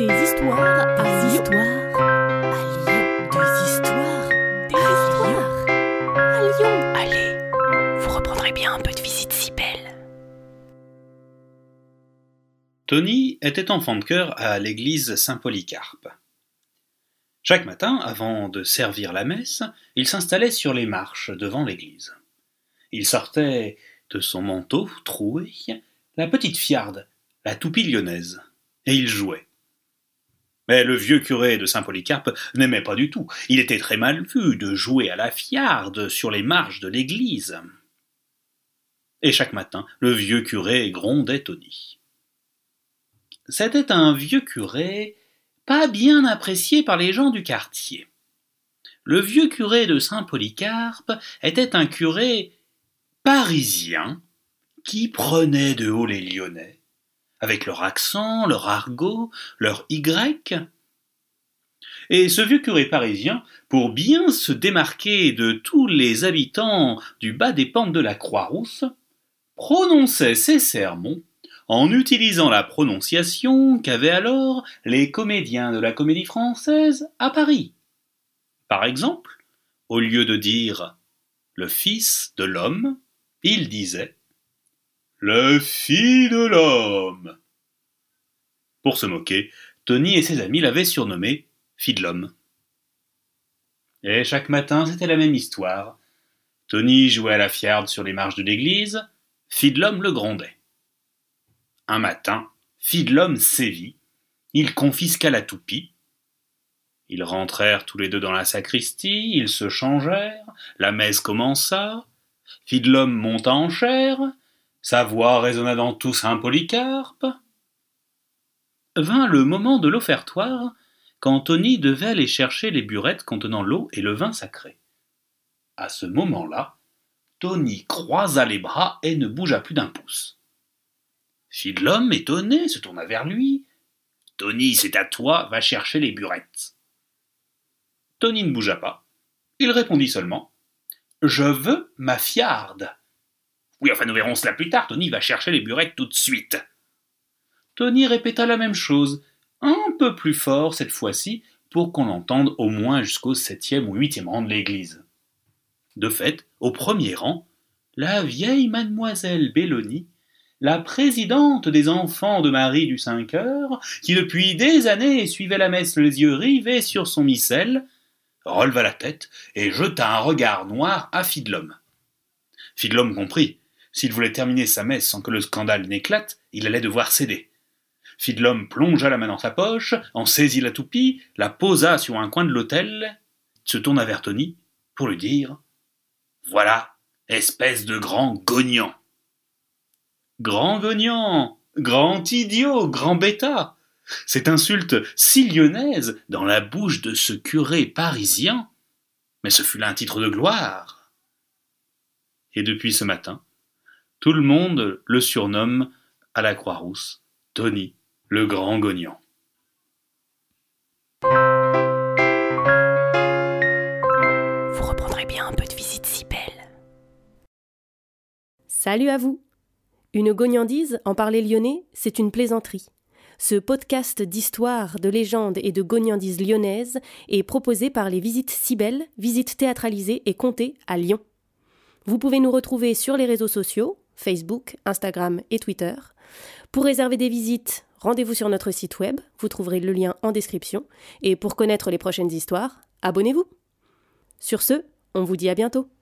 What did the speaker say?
Des histoires à Lyon. Des histoires à Lyon. Allez, vous reprendrez bien un peu de visite si belle. Tony était enfant de chœur à l'église Saint-Polycarpe. Chaque matin, avant de servir la messe, il s'installait sur les marches devant l'église. Il sortait de son manteau troué la petite fiarde, la toupie lyonnaise, et il jouait. Mais le vieux curé de Saint-Polycarpe n'aimait pas du tout. Il était très mal vu de jouer à la fiarde sur les marches de l'église. Et chaque matin, le vieux curé grondait Tony. C'était un vieux curé pas bien apprécié par les gens du quartier. Le vieux curé de Saint-Polycarpe était un curé parisien qui prenait de haut les Lyonnais, avec leur accent, leur argot, leur Y. Et ce vieux curé parisien, pour bien se démarquer de tous les habitants du bas des pentes de la Croix-Rousse, prononçait ses sermons en utilisant la prononciation qu'avaient alors les comédiens de la Comédie Française à Paris. Par exemple, au lieu de dire « le Fils de l'homme », il disait « le Fille de l'homme ». Pour se moquer, Tony et ses amis l'avaient surnommé « Fille de l'homme ». Et chaque matin, c'était la même histoire. Tony jouait à la fiarde sur les marches de l'église, Fille de l'homme le grondait. Un matin, Fille de l'homme sévit, il confisqua la toupie. Ils rentrèrent tous les deux dans la sacristie, ils se changèrent, la messe commença, Fille de l'homme monta en chaire, sa voix résonna dans tout Saint-Polycarpe. Vint le moment de l'offertoire, quand Tony devait aller chercher les burettes contenant l'eau et le vin sacré. À ce moment-là, Tony croisa les bras et ne bougea plus d'un pouce. Fille de l'homme, étonné, se tourna vers lui. « Tony, c'est à toi, va chercher les burettes. » Tony ne bougea pas. Il répondit seulement « Je veux ma fiarde. »« Oui, enfin nous verrons cela plus tard, Tony va chercher les burettes tout de suite. » Tony répéta la même chose, un peu plus fort cette fois-ci, pour qu'on l'entende au moins jusqu'au 7e ou 8e rang de l'église. De fait, au premier rang, la vieille mademoiselle Belloni, la présidente des enfants de Marie du Saint-Cœur, qui depuis des années suivait la messe les yeux rivés sur son missel, releva la tête et jeta un regard noir à Fille de l'homme. Fille de l'homme comprit. S'il voulait terminer sa messe sans que le scandale n'éclate, il allait devoir céder. Fille de l'homme plongea la main dans sa poche, en saisit la toupie, la posa sur un coin de l'autel, se tourna vers Tony pour lui dire « Voilà, espèce de grand gognant !» Grand gognant, grand idiot, grand bêta. Cette insulte si lyonnaise dans la bouche de ce curé parisien, mais ce fut là un titre de gloire. Et depuis ce matin, tout le monde le surnomme à la Croix-Rousse Tony, le grand gognant. Vous reprendrez bien un peu de visite si belle. Salut à vous! Une gognandise, en parler lyonnais, c'est une plaisanterie. Ce podcast d'histoires, de légendes et de gognandises lyonnaises est proposé par les Visites si belles, visites théâtralisées et contées à Lyon. Vous pouvez nous retrouver sur les réseaux sociaux, Facebook, Instagram et Twitter. Pour réserver des visites, rendez-vous sur notre site web, vous trouverez le lien en description. Et pour connaître les prochaines histoires, abonnez-vous. Sur ce, on vous dit à bientôt.